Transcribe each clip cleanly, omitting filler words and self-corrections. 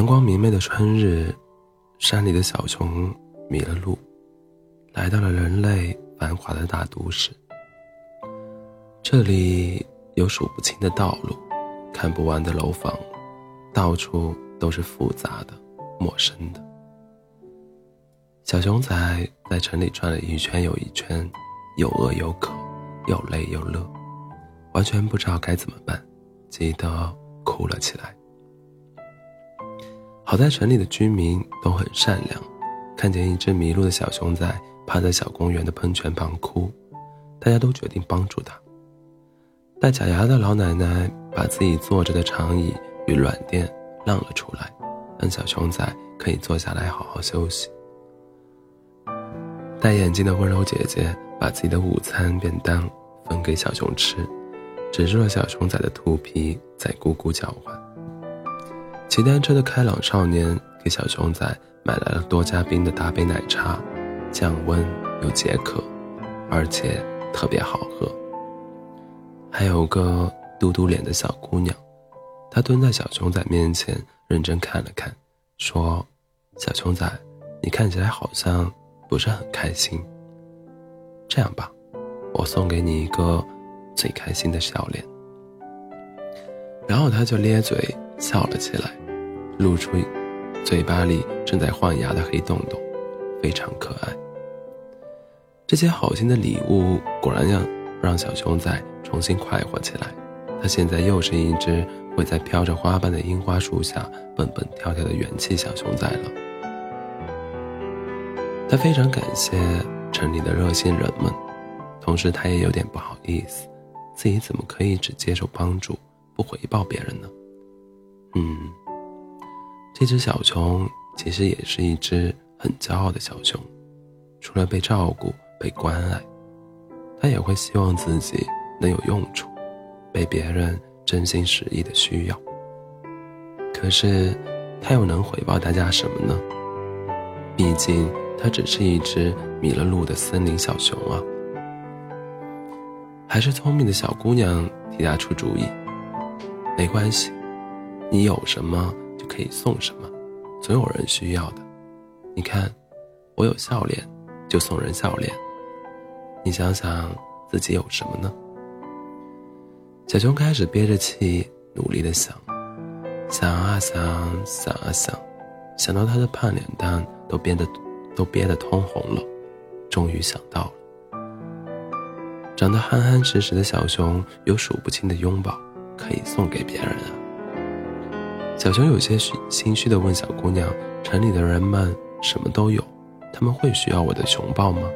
光明媚的春日，山里的小熊迷了路，来到了人类繁华的大都市。这里有数不清的道路，看不完的楼房，到处都是复杂的、陌生的。小熊仔在城里转了一圈又一圈，又饿又渴，又累又乐，完全不知道该怎么办，急得哭了起来。好在城里的居民都很善良，看见一只迷路的小熊仔趴在小公园的喷泉旁哭，大家都决定帮助他。戴假牙的老奶奶把自己坐着的长椅与软垫让了出来，让小熊仔可以坐下来好好休息。戴眼镜的温柔姐姐把自己的午餐便当分给小熊吃，指住了小熊仔的肚皮在咕咕叫唤。骑单车的开朗少年给小熊仔买来了多加冰的大杯奶茶，降温又解渴，而且特别好喝。还有个嘟嘟脸的小姑娘，她蹲在小熊仔面前认真看了看，说：小熊仔，你看起来好像不是很开心。这样吧，我送给你一个最开心的笑脸。然后他就咧嘴笑了起来，露出嘴巴里正在换牙的黑洞洞，非常可爱。这些好心的礼物果然让小熊仔重新快活起来，他现在又是一只会在飘着花瓣的樱花树下蹦蹦跳跳的元气小熊仔了。他非常感谢城里的热心人们，同时他也有点不好意思，自己怎么可以只接受帮助不回报别人呢？这只小熊其实也是一只很骄傲的小熊，除了被照顾被关爱，它也会希望自己能有用处，被别人真心实意的需要。可是它又能回报大家什么呢？毕竟它只是一只迷了路的森林小熊啊。还是聪明的小姑娘替他出主意，没关系，你有什么就可以送什么，总有人需要的。你看，我有笑脸，就送人笑脸。你想想自己有什么呢？小熊开始憋着气，努力地想，想啊想，想啊想，想到他的胖脸蛋都憋得通红了，终于想到了。长得憨憨实实的小熊有数不清的拥抱可以送给别人啊。小熊有些心虚地问小姑娘，城里的人们什么都有，他们会需要我的熊抱吗？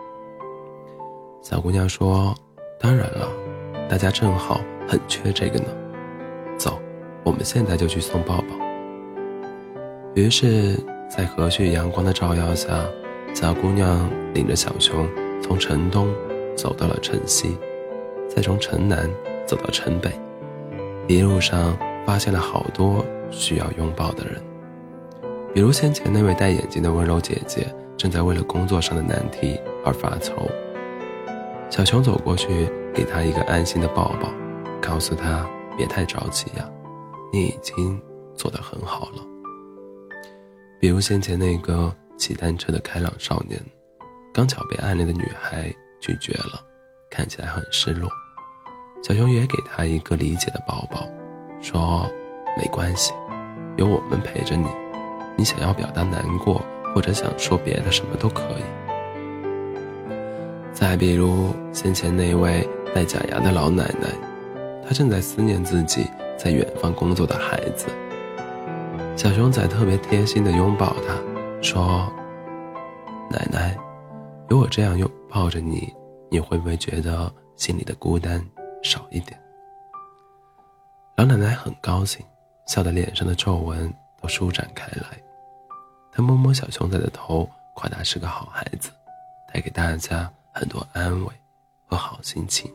小姑娘说，当然了，大家正好很缺这个呢。走，我们现在就去送抱抱。于是在和煦阳光的照耀下，小姑娘领着小熊从城东走到了城西，再从城南走到城北，一路上发现了好多需要拥抱的人。比如先前那位戴眼镜的温柔姐姐正在为了工作上的难题而发愁，小熊走过去给她一个安心的抱抱，告诉她别太着急呀，你已经做得很好了。比如先前那个骑单车的开朗少年，刚巧被暗恋的女孩拒绝了，看起来很失落，小熊也给他一个理解的抱抱，说没关系，有我们陪着你，你想要表达难过或者想说别的什么都可以。再比如先前那位戴假牙的老奶奶，她正在思念自己在远方工作的孩子，小熊仔特别贴心地拥抱她，说奶奶，有我这样拥抱着你，你会不会觉得心里的孤单少一点？老奶奶很高兴，笑得脸上的皱纹都舒展开来。她摸摸小熊仔的头，夸他是个好孩子，带给大家很多安慰和好心情。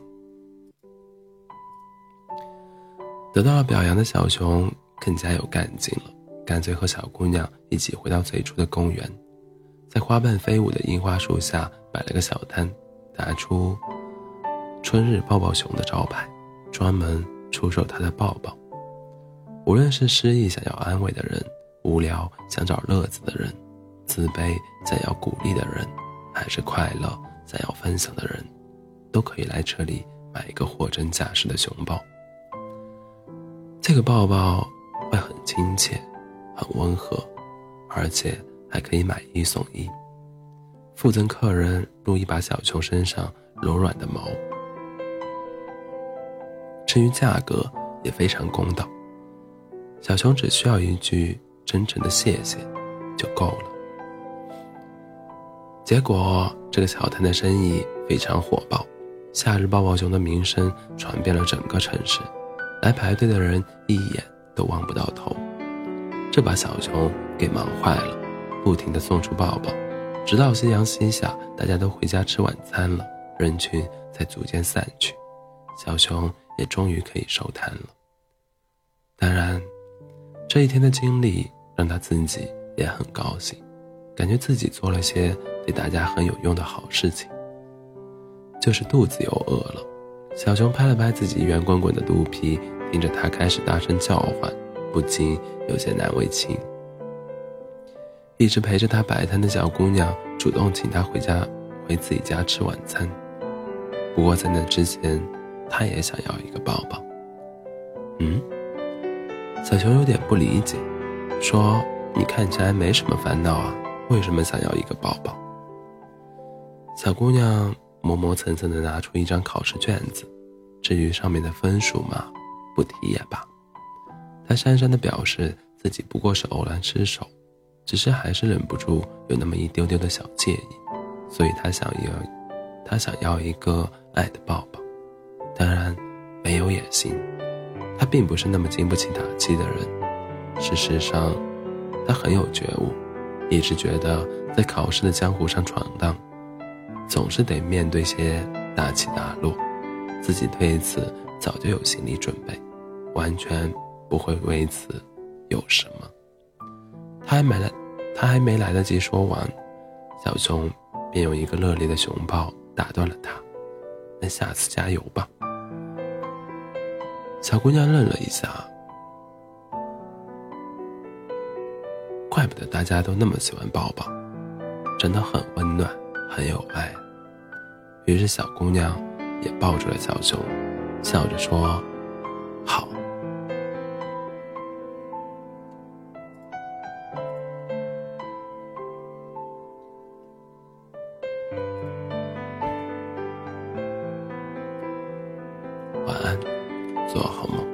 得到了表扬的小熊更加有干劲了，干脆和小姑娘一起回到最初的公园，在花瓣飞舞的樱花树下摆了个小摊，打出春日抱抱熊的招牌，专门出售他的抱抱。无论是失意想要安慰的人， 无聊想找乐子的人，自卑想要鼓励的人，还是快乐想要分享的人，都可以来这里买一个货真价实的熊抱。这个抱抱会很亲切，很温和，而且还可以买一送一，附赠客人撸一把小熊身上柔软的毛。至于价格也非常公道，小熊只需要一句真诚的谢谢就够了。结果这个小摊的生意非常火爆，夏日抱抱熊的名声传遍了整个城市，来排队的人一眼都望不到头。这把小熊给忙坏了，不停地送出抱抱，直到夕阳西下，大家都回家吃晚餐了，人群才逐渐散去，小熊也终于可以收摊了。当然，这一天的经历让他自己也很高兴，感觉自己做了些对大家很有用的好事情。就是肚子又饿了，小熊拍了拍自己圆滚滚的肚皮，听着他开始大声叫唤，不禁有些难为情。一直陪着他摆摊的小姑娘主动请他回自己家吃晚餐，不过在那之前，他也想要一个抱抱。小熊有点不理解，说：“你看起来没什么烦恼啊，为什么想要一个抱抱？”小姑娘磨磨蹭蹭地拿出一张考试卷子，至于上面的分数嘛，不提也罢。她讪讪地表示自己不过是偶然失手，只是还是忍不住有那么一丢丢的小介意，所以她想要一个爱的抱抱。当然，没有也行。他并不是那么经不起打击的人，事实上，他很有觉悟，一直觉得在考试的江湖上闯荡，总是得面对些大起大落，自己对此早就有心理准备，完全不会为此有什么。他还没来得及说完，小熊便用一个热烈的熊抱打断了他：“那下次加油吧。”小姑娘愣了一下，怪不得大家都那么喜欢抱抱，真的很温暖，很有爱。于是小姑娘也抱住了小熊，笑着说：“好。”晚安，做好梦。